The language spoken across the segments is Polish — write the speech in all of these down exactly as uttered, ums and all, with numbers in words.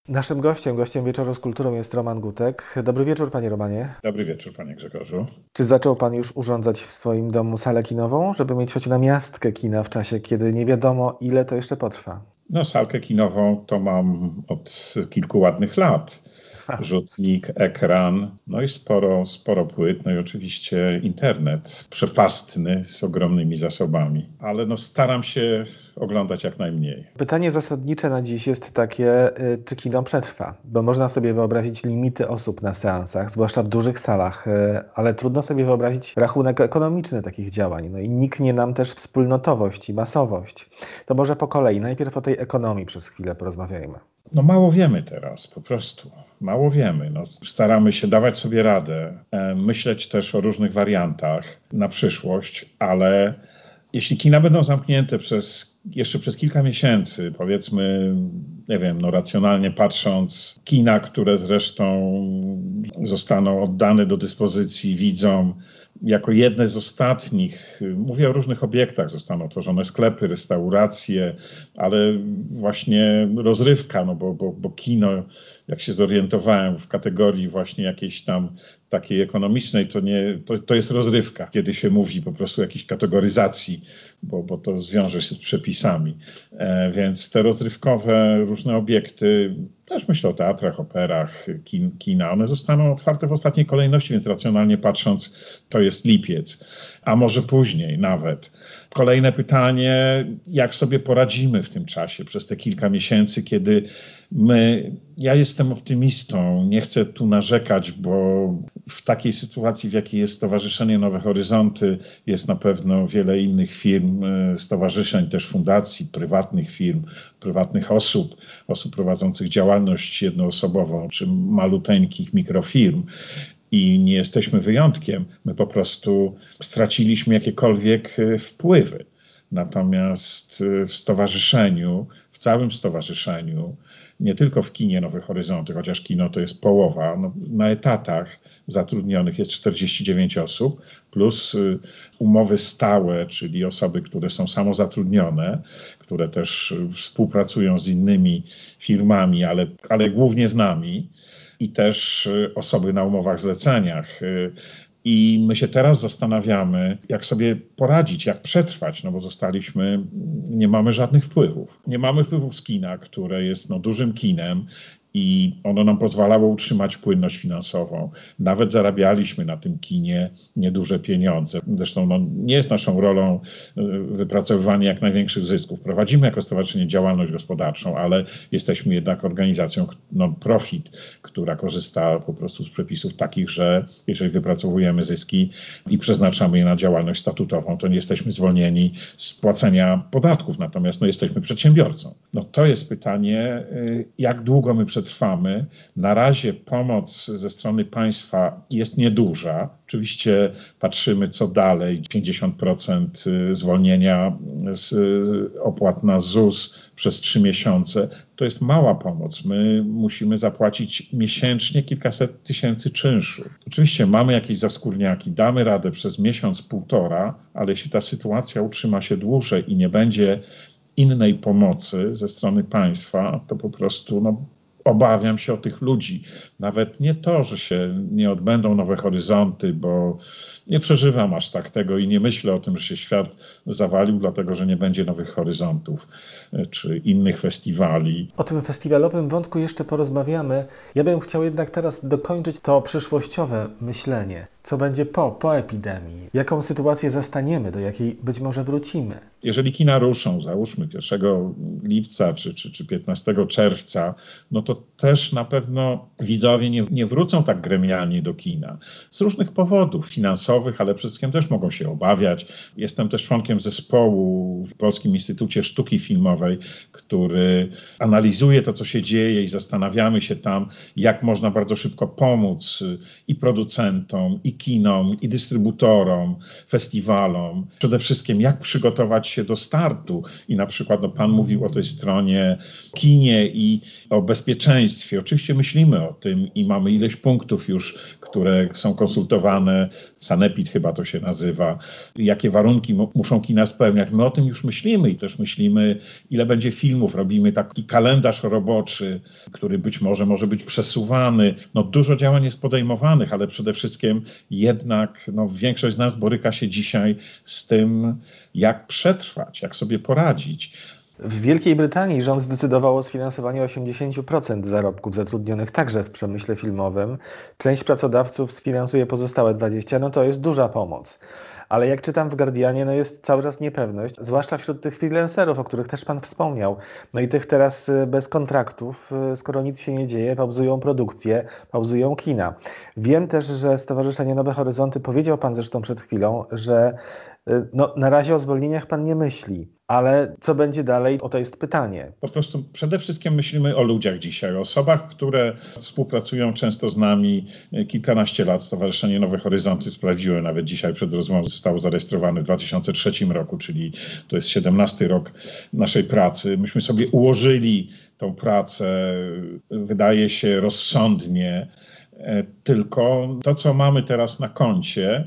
Naszym gościem, gościem Wieczoru z Kulturą jest Roman Gutek. Dobry wieczór, panie Romanie. Dobry wieczór, panie Grzegorzu. Czy zaczął pan już urządzać w swoim domu salę kinową, żeby mieć choć namiastkę kina w czasie, kiedy nie wiadomo, ile to jeszcze potrwa? No, salkę kinową to mam od kilku ładnych lat. Rzutnik, ekran, no i sporo, sporo płyt, no i oczywiście internet przepastny z ogromnymi zasobami. Ale no staram się oglądać jak najmniej. Pytanie zasadnicze na dziś jest takie, y, czy kino przetrwa? Bo można sobie wyobrazić limity osób na seansach, zwłaszcza w dużych salach, y, ale trudno sobie wyobrazić rachunek ekonomiczny takich działań. No i niknie nam też wspólnotowość i masowość. To może po kolei, najpierw o tej ekonomii przez chwilę porozmawiajmy. No mało wiemy teraz, po prostu. Mało wiemy. No, staramy się dawać sobie radę, e, myśleć też o różnych wariantach na przyszłość, ale jeśli kina będą zamknięte przez, jeszcze przez kilka miesięcy, powiedzmy, nie wiem, no racjonalnie patrząc, kina, które zresztą zostaną oddane do dyspozycji widzom, jako jedne z ostatnich, mówię o różnych obiektach, zostaną otworzone sklepy, restauracje, ale właśnie rozrywka, no bo, bo, bo kino, jak się zorientowałem w kategorii właśnie jakiejś tam takiej ekonomicznej, to, nie, to, to jest rozrywka, kiedy się mówi po prostu o jakiejś kategoryzacji, bo, bo to zwiąże się z przepisami. E, więc te rozrywkowe różne obiekty, też myślę o teatrach, operach, kin, kina, one zostaną otwarte w ostatniej kolejności, więc racjonalnie patrząc, to jest lipiec, a może później nawet. Kolejne pytanie, jak sobie poradzimy w tym czasie, przez te kilka miesięcy, kiedy my, ja jestem optymistą, nie chcę tu narzekać, bo w takiej sytuacji, w jakiej jest Stowarzyszenie Nowe Horyzonty, jest na pewno wiele innych firm, stowarzyszeń, też fundacji, prywatnych firm, prywatnych osób, osób prowadzących działalność jednoosobową, czy maluteńkich mikrofirm. I nie jesteśmy wyjątkiem. My po prostu straciliśmy jakiekolwiek wpływy. Natomiast w stowarzyszeniu, w całym stowarzyszeniu, nie tylko w kinie Nowe Horyzonty, chociaż kino to jest połowa, no, na etatach zatrudnionych jest czterdzieści dziewięć osób, plus umowy stałe, czyli osoby, które są samozatrudnione, które też współpracują z innymi firmami, ale, ale głównie z nami, i też osoby na umowach zleceniach. I my się teraz zastanawiamy, jak sobie poradzić, jak przetrwać, no bo zostaliśmy, nie mamy żadnych wpływów. Nie mamy wpływów z kina, które jest no, dużym kinem i ono nam pozwalało utrzymać płynność finansową. Nawet zarabialiśmy na tym kinie nieduże pieniądze. Zresztą no, nie jest naszą rolą wypracowywanie jak największych zysków. Prowadzimy jako stowarzyszenie działalność gospodarczą, ale jesteśmy jednak organizacją non-profit, która korzysta po prostu z przepisów takich, że jeżeli wypracowujemy zyski i przeznaczamy je na działalność statutową, to nie jesteśmy zwolnieni z płacenia podatków, natomiast no, jesteśmy przedsiębiorcą. No to jest pytanie, jak długo my przetrwamy. Na razie pomoc ze strony państwa jest nieduża. Oczywiście patrzymy, co dalej. pięćdziesiąt procent zwolnienia z opłat na ZUS przez trzy miesiące. To jest mała pomoc. My musimy zapłacić miesięcznie kilkaset tysięcy czynszu. Oczywiście mamy jakieś zaskórniaki, damy radę przez miesiąc, półtora, ale jeśli ta sytuacja utrzyma się dłużej i nie będzie innej pomocy ze strony państwa, to po prostu no, obawiam się o tych ludzi. Nawet nie to, że się nie odbędą Nowe Horyzonty, bo nie przeżywam aż tak tego i nie myślę o tym, że się świat zawalił, dlatego że nie będzie Nowych Horyzontów czy innych festiwali. O tym festiwalowym wątku jeszcze porozmawiamy. Ja bym chciał jednak teraz dokończyć to przyszłościowe myślenie. Co będzie po, po epidemii? Jaką sytuację zastaniemy, do jakiej być może wrócimy? Jeżeli kina ruszą, załóżmy pierwszego lipca czy, czy, czy piętnastego czerwca, no to też na pewno widzowie nie, nie wrócą tak gremialnie do kina. Z różnych powodów finansowych, ale przede wszystkim też mogą się obawiać. Jestem też członkiem zespołu w Polskim Instytucie Sztuki Filmowej, który analizuje to, co się dzieje i zastanawiamy się tam, jak można bardzo szybko pomóc i producentom, i kinom, i dystrybutorom, festiwalom. Przede wszystkim, jak przygotować się do startu. I na przykład no, pan mówił o tej stronie kinie i o bezpieczeństwie. Oczywiście myślimy o tym i mamy ileś punktów już, które są konsultowane. sanepid chyba to się nazywa, jakie warunki m- muszą kina spełniać. My o tym już myślimy i też myślimy, ile będzie filmów. Robimy taki kalendarz roboczy, który być może może być przesuwany. No, dużo działań jest podejmowanych, ale przede wszystkim jednak no, większość z nas boryka się dzisiaj z tym, jak przetrwać, jak sobie poradzić. W Wielkiej Brytanii rząd zdecydował o sfinansowaniu osiemdziesiąt procent zarobków zatrudnionych także w przemyśle filmowym. Część pracodawców sfinansuje pozostałe dwadzieścia procent, no to jest duża pomoc. Ale jak czytam w Guardianie, no jest cały czas niepewność, zwłaszcza wśród tych freelancerów, o których też Pan wspomniał. No i tych teraz bez kontraktów, skoro nic się nie dzieje, pauzują produkcję, pauzują kina. Wiem też, że Stowarzyszenie Nowe Horyzonty, powiedział Pan zresztą przed chwilą, że no, na razie o zwolnieniach Pan nie myśli, ale co będzie dalej, o to jest pytanie. Po prostu przede wszystkim myślimy o ludziach dzisiaj, o osobach, które współpracują często z nami kilkanaście lat. Stowarzyszenie Nowe Horyzonty, sprawdziłem nawet dzisiaj przed rozmową, zostało zarejestrowane w dwa tysiące trzecim roku, czyli to jest siedemnasty rok naszej pracy. Myśmy sobie ułożyli tą pracę, wydaje się, rozsądnie, tylko to, co mamy teraz na koncie,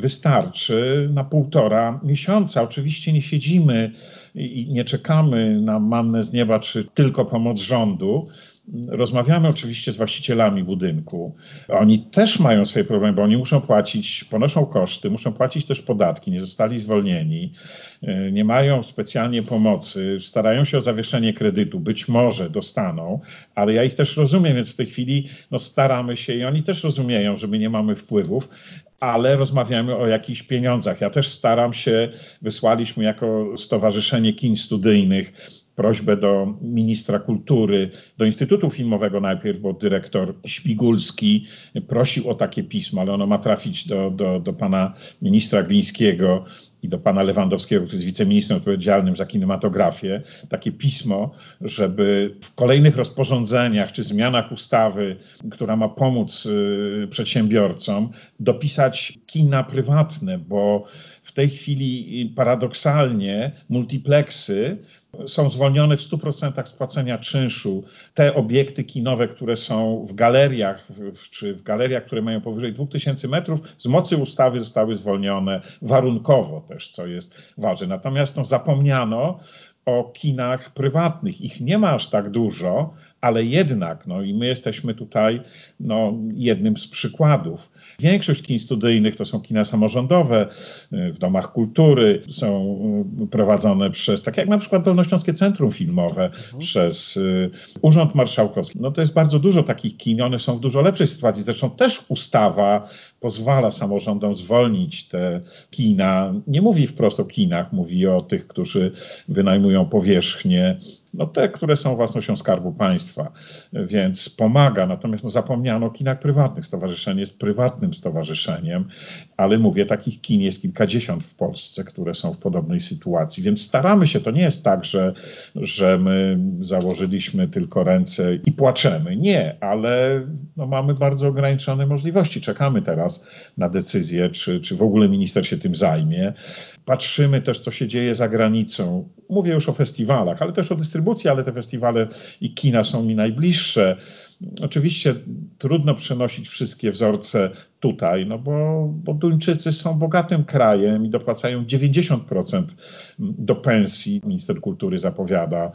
wystarczy na półtora miesiąca. Oczywiście nie siedzimy i nie czekamy na mannę z nieba, czy tylko pomoc rządu. Rozmawiamy oczywiście z właścicielami budynku. Oni też mają swoje problemy, bo oni muszą płacić, ponoszą koszty, muszą płacić też podatki, nie zostali zwolnieni, nie mają specjalnie pomocy, starają się o zawieszenie kredytu, być może dostaną, ale ja ich też rozumiem, więc w tej chwili no, staramy się i oni też rozumieją, że my nie mamy wpływów, ale rozmawiamy o jakichś pieniądzach. Ja też staram się, wysłaliśmy jako Stowarzyszenie Kin Studyjnych prośbę do ministra kultury, do Instytutu Filmowego najpierw, bo dyrektor Śpigulski prosił o takie pismo, ale ono ma trafić do, do, do pana ministra Glińskiego i do pana Lewandowskiego, który jest wiceministrem odpowiedzialnym za kinematografię, takie pismo, żeby w kolejnych rozporządzeniach czy zmianach ustawy, która ma pomóc y, przedsiębiorcom, dopisać kina prywatne, bo w tej chwili paradoksalnie multiplexy są zwolnione w stu procentach z płacenia czynszu. Te obiekty kinowe, które są w galeriach, czy w galeriach, które mają powyżej dwóch tysięcy metrów, z mocy ustawy zostały zwolnione warunkowo też, co jest ważne. Natomiast no, zapomniano o kinach prywatnych. Ich nie ma aż tak dużo, ale jednak, no i my jesteśmy tutaj no, jednym z przykładów. Większość kin studyjnych to są kina samorządowe, w domach kultury, są prowadzone przez, tak jak na przykład Dolnośląskie Centrum Filmowe, mhm. przez Urząd Marszałkowski. No to jest bardzo dużo takich kin, one są w dużo lepszej sytuacji. Zresztą też ustawa pozwala samorządom zwolnić te kina. Nie mówi wprost o kinach, mówi o tych, którzy wynajmują powierzchnie, no te, które są własnością Skarbu Państwa, więc pomaga. Natomiast no, zapomniano o kinach prywatnych. Stowarzyszenie jest prywatnym stowarzyszeniem, ale mówię, takich kin jest kilkadziesiąt w Polsce, które są w podobnej sytuacji, więc staramy się. To nie jest tak, że, że my założyliśmy tylko ręce i płaczemy. Nie, ale no, mamy bardzo ograniczone możliwości. Czekamy teraz na decyzję, czy, czy w ogóle minister się tym zajmie. Patrzymy też, co się dzieje za granicą. Mówię już o festiwalach, ale też o dystrybucji, ale te festiwale i kina są mi najbliższe. Oczywiście trudno przenosić wszystkie wzorce tutaj, no bo, bo Duńczycy są bogatym krajem i dopłacają dziewięćdziesiąt procent do pensji. Minister kultury zapowiada,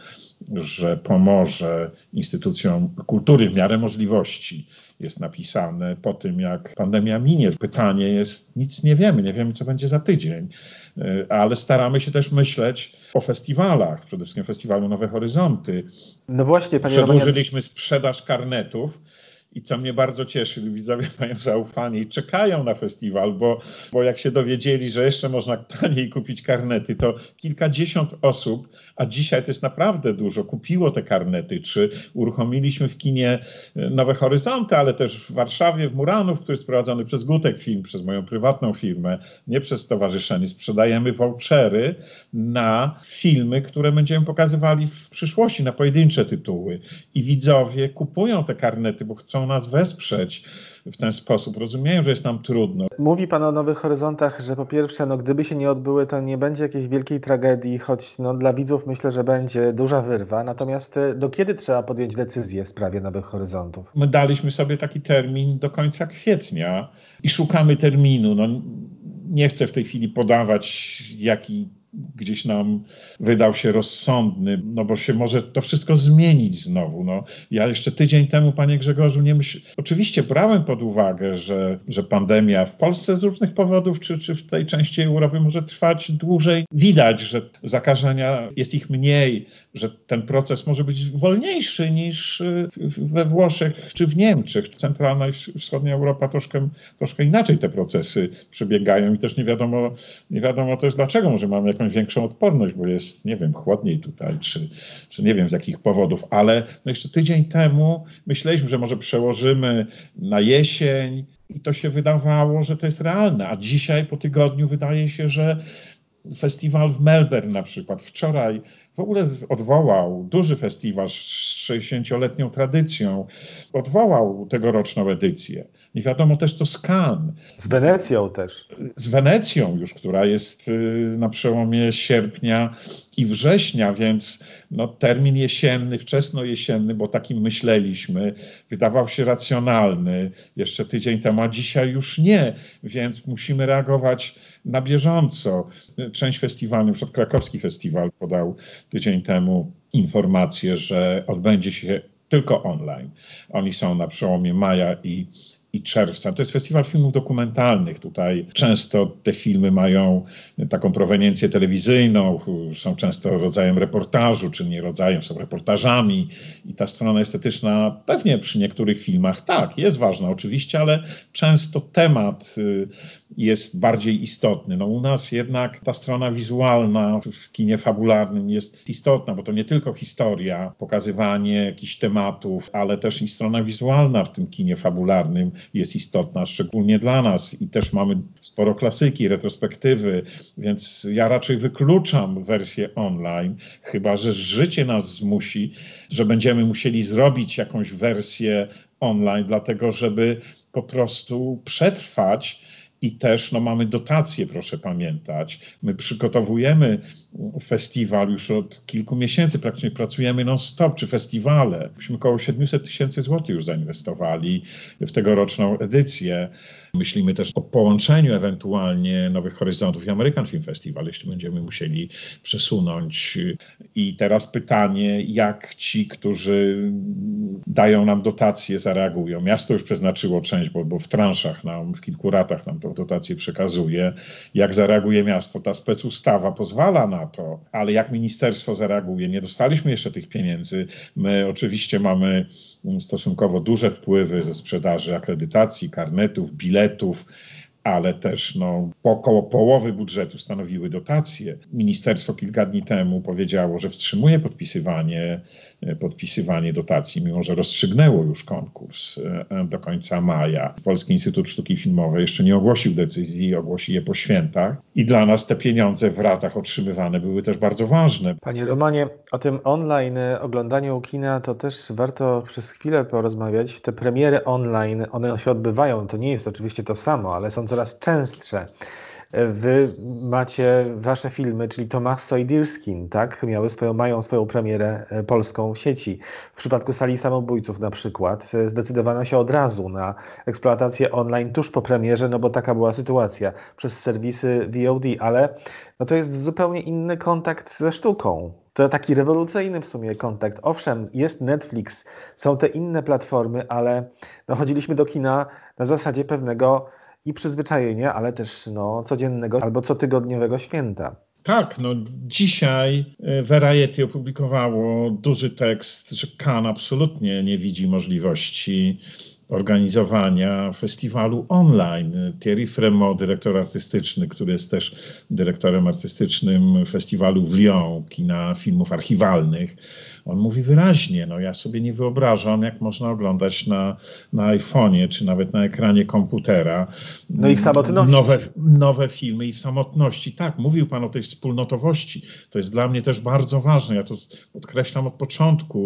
że pomoże instytucjom kultury w miarę możliwości. Jest napisane po tym, jak pandemia minie. Pytanie jest, nic nie wiemy, nie wiemy, co będzie za tydzień, ale staramy się też myśleć o festiwalach, przede wszystkim festiwalu Nowe Horyzonty. No właśnie, panie Przedłużyliśmy sprzedaż karnetów. I co mnie bardzo cieszy, widzowie mają zaufanie i czekają na festiwal, bo, bo jak się dowiedzieli, że jeszcze można taniej kupić karnety, to kilkadziesiąt osób, a dzisiaj to jest naprawdę dużo, kupiło te karnety. Czy uruchomiliśmy w kinie Nowe Horyzonty, ale też w Warszawie, w Muranów, który jest prowadzony przez Gutek Film, przez moją prywatną firmę, nie przez stowarzyszenie. Sprzedajemy vouchery na filmy, które będziemy pokazywali w przyszłości, na pojedyncze tytuły. I widzowie kupują te karnety, bo chcą chcą nas wesprzeć w ten sposób. Rozumieją, że jest nam trudno. Mówi Pan o Nowych Horyzontach, że po pierwsze, no, gdyby się nie odbyły, to nie będzie jakiejś wielkiej tragedii, choć no, dla widzów myślę, że będzie duża wyrwa. Natomiast do kiedy trzeba podjąć decyzję w sprawie Nowych Horyzontów? My daliśmy sobie taki termin do końca kwietnia i szukamy terminu. No, nie chcę w tej chwili podawać, jaki gdzieś nam wydał się rozsądny, no bo się może to wszystko zmienić znowu. No, ja jeszcze tydzień temu, panie Grzegorzu, nie myśl... Oczywiście brałem pod uwagę, że, że pandemia w Polsce z różnych powodów, czy, czy w tej części Europy może trwać dłużej. Widać, że zakażenia jest ich mniej, że ten proces może być wolniejszy niż we Włoszech czy w Niemczech. Centralna i wschodnia Europa troszkę, troszkę inaczej te procesy przebiegają i też nie wiadomo, nie wiadomo też dlaczego. Może mamy jakąś większą odporność, bo jest, nie wiem, chłodniej tutaj, czy, czy nie wiem z jakich powodów, ale no jeszcze tydzień temu myśleliśmy, że może przełożymy na jesień i to się wydawało, że to jest realne, a dzisiaj po tygodniu wydaje się, że festiwal w Melbourne na przykład wczoraj w ogóle odwołał, duży festiwal z sześćdziesięcioletnią tradycją, odwołał tegoroczną edycję. Nie wiadomo też co z Cannes. Z Wenecją też. Z Wenecją już, która jest na przełomie sierpnia i września, więc no, termin jesienny, wczesnojesienny, bo takim myśleliśmy, wydawał się racjonalny jeszcze tydzień temu, a dzisiaj już nie, więc musimy reagować na bieżąco. Część festiwalów, np. Krakowski Festiwal podał tydzień temu informację, że odbędzie się tylko online. Oni są na przełomie maja i i czerwca. To jest festiwal filmów dokumentalnych. Tutaj często te filmy mają taką proweniencję telewizyjną, są często rodzajem reportażu, czy nie rodzajem, są reportażami i ta strona estetyczna pewnie przy niektórych filmach tak, jest ważna oczywiście, ale często temat jest bardziej istotny. No u nas jednak ta strona wizualna w kinie fabularnym jest istotna, bo to nie tylko historia, pokazywanie jakichś tematów, ale też i strona wizualna w tym kinie fabularnym jest istotna, szczególnie dla nas i też mamy sporo klasyki, retrospektywy, więc ja raczej wykluczam wersję online, chyba że życie nas zmusi, że będziemy musieli zrobić jakąś wersję online, dlatego żeby po prostu przetrwać. I też no, mamy dotacje, proszę pamiętać. My przygotowujemy festiwal już od kilku miesięcy, praktycznie pracujemy non-stop, czy festiwale. Myśmy około siedemset tysięcy złotych już zainwestowali w tegoroczną edycję. Myślimy też o połączeniu ewentualnie Nowych Horyzontów i American Film Festival, jeśli będziemy musieli przesunąć. I teraz pytanie, jak ci, którzy dają nam dotacje, zareagują. Miasto już przeznaczyło część, bo, bo w transzach nam, w kilku ratach nam tą dotację przekazuje. Jak zareaguje miasto? Ta specustawa pozwala na to, ale jak ministerstwo zareaguje? Nie dostaliśmy jeszcze tych pieniędzy. My oczywiście mamy stosunkowo duże wpływy ze sprzedaży akredytacji, karnetów, biletów, ale też no, około połowy budżetu stanowiły dotacje. Ministerstwo kilka dni temu powiedziało, że wstrzymuje podpisywanie, podpisywanie dotacji, mimo że rozstrzygnęło już konkurs do końca maja. Polski Instytut Sztuki Filmowej jeszcze nie ogłosił decyzji, ogłosi je po świętach. I dla nas te pieniądze w ratach otrzymywane były też bardzo ważne. Panie Romanie, o tym online oglądaniu kina to też warto przez chwilę porozmawiać. Te premiery online, one się odbywają, to nie jest oczywiście to samo, ale są coraz częstsze. Wy macie wasze filmy, czyli Tommaso i Deerskin, tak? Miały swoją, mają swoją premierę polską w sieci. W przypadku Sali Samobójców na przykład zdecydowano się od razu na eksploatację online tuż po premierze, no bo taka była sytuacja przez serwisy V O D, ale no to jest zupełnie inny kontakt ze sztuką. To taki rewolucyjny w sumie kontakt. Owszem, jest Netflix, są te inne platformy, ale no chodziliśmy do kina na zasadzie pewnego i przyzwyczajenia, ale też no, codziennego albo cotygodniowego święta. Tak, no dzisiaj Variety opublikowało duży tekst, że Cannes absolutnie nie widzi możliwości organizowania festiwalu online. Thierry Frémaux, dyrektor artystyczny, który jest też dyrektorem artystycznym festiwalu w Lyon, kina filmów archiwalnych, on mówi wyraźnie, no ja sobie nie wyobrażam, jak można oglądać na, na iPhonie, czy nawet na ekranie komputera. No i w samotności. Nowe, nowe filmy i w samotności. Tak, mówił pan o tej wspólnotowości. To jest dla mnie też bardzo ważne. Ja to podkreślam od początku.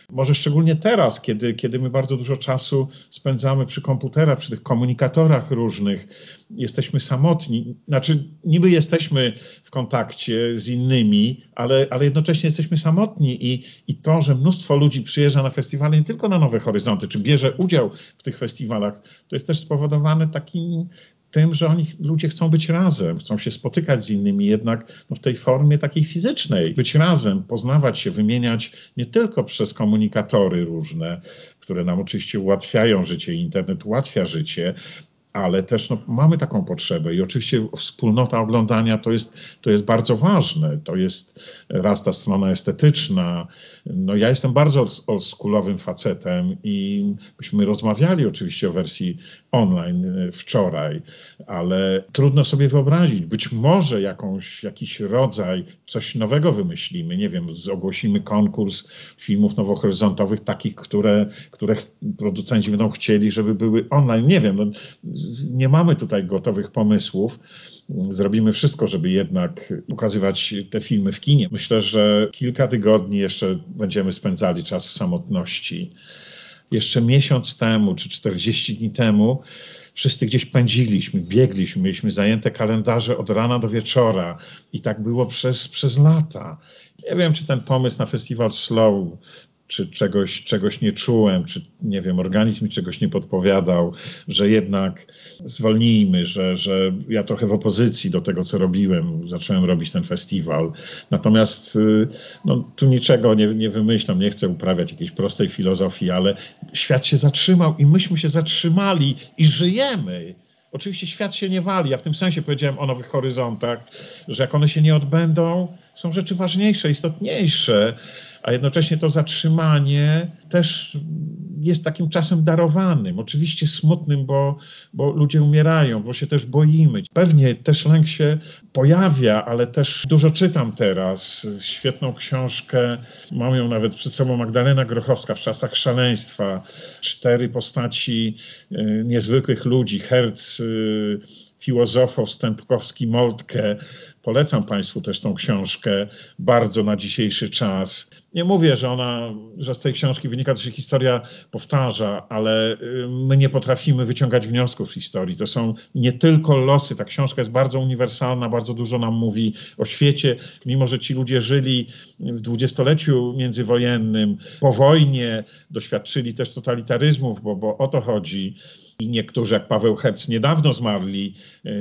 Może szczególnie teraz, kiedy, kiedy my bardzo dużo czasu spędzamy przy komputerach, przy tych komunikatorach różnych, jesteśmy samotni. Znaczy, niby jesteśmy w kontakcie z innymi, ale, ale jednocześnie jesteśmy samotni i, i to, że mnóstwo ludzi przyjeżdża na festiwale nie tylko na Nowe Horyzonty, czy bierze udział w tych festiwalach, to jest też spowodowane takim tym, że oni, ludzie chcą być razem, chcą się spotykać z innymi, jednak no, w tej formie takiej fizycznej. Być razem, poznawać się, wymieniać nie tylko przez komunikatory różne, które nam oczywiście ułatwiają życie, internet ułatwia życie, ale też no, mamy taką potrzebę i oczywiście wspólnota oglądania to jest, to jest bardzo ważne. To jest raz ta strona estetyczna. No, ja jestem bardzo oldschoolowym facetem i myśmy rozmawiali oczywiście o wersji online wczoraj, ale trudno sobie wyobrazić, być może jakąś, jakiś rodzaj, coś nowego wymyślimy, nie wiem, ogłosimy konkurs filmów nowohoryzontowych, takich, które, które producenci będą chcieli, żeby były online. Nie wiem, no, nie mamy tutaj gotowych pomysłów. Zrobimy wszystko, żeby jednak pokazywać te filmy w kinie. Myślę, że kilka tygodni jeszcze będziemy spędzali czas w samotności. Jeszcze miesiąc temu, czy czterdzieści dni temu, wszyscy gdzieś pędziliśmy, biegliśmy, mieliśmy zajęte kalendarze od rana do wieczora i tak było przez, przez lata. Nie wiem, czy ten pomysł na festiwal Slow, czy czegoś, czegoś nie czułem, czy nie wiem, organizm mi czegoś nie podpowiadał, że jednak zwolnijmy, że, że ja trochę w opozycji do tego, co robiłem, zacząłem robić ten festiwal. Natomiast no, tu niczego nie, nie wymyślam, nie chcę uprawiać jakiejś prostej filozofii, ale świat się zatrzymał i myśmy się zatrzymali i żyjemy. Oczywiście świat się nie wali, ja w tym sensie powiedziałem o Nowych Horyzontach, że jak one się nie odbędą, są rzeczy ważniejsze, istotniejsze, a jednocześnie to zatrzymanie też jest takim czasem darowanym, oczywiście smutnym, bo, bo ludzie umierają, bo się też boimy. Pewnie też lęk się pojawia, ale też dużo czytam teraz. Świetną książkę, mam ją nawet przed sobą, Magdalena Grochowska, W czasach szaleństwa. Cztery postaci y, niezwykłych ludzi, Herz, y, Filozofow, Stępkowski, Moltke. Polecam Państwu też tą książkę bardzo na dzisiejszy czas. Nie mówię, że ona, że z tej książki wynika, że się historia powtarza, ale my nie potrafimy wyciągać wniosków z historii. To są nie tylko losy. Ta książka jest bardzo uniwersalna, bardzo dużo nam mówi o świecie, mimo że ci ludzie żyli w dwudziestoleciu międzywojennym, po wojnie, doświadczyli też totalitaryzmów, bo, bo o to chodzi. I niektórzy, jak Paweł Herz, niedawno zmarli.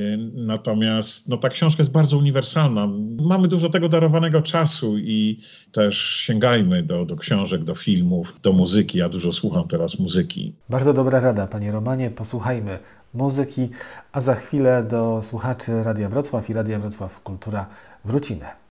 Natomiast no, ta książka jest bardzo uniwersalna. Mamy dużo tego darowanego czasu i też sięgajmy do, do książek, do filmów, do muzyki. Ja dużo słucham teraz muzyki. Bardzo dobra rada, panie Romanie. Posłuchajmy muzyki, a za chwilę do słuchaczy Radia Wrocław i Radia Wrocław Kultura wrócimy.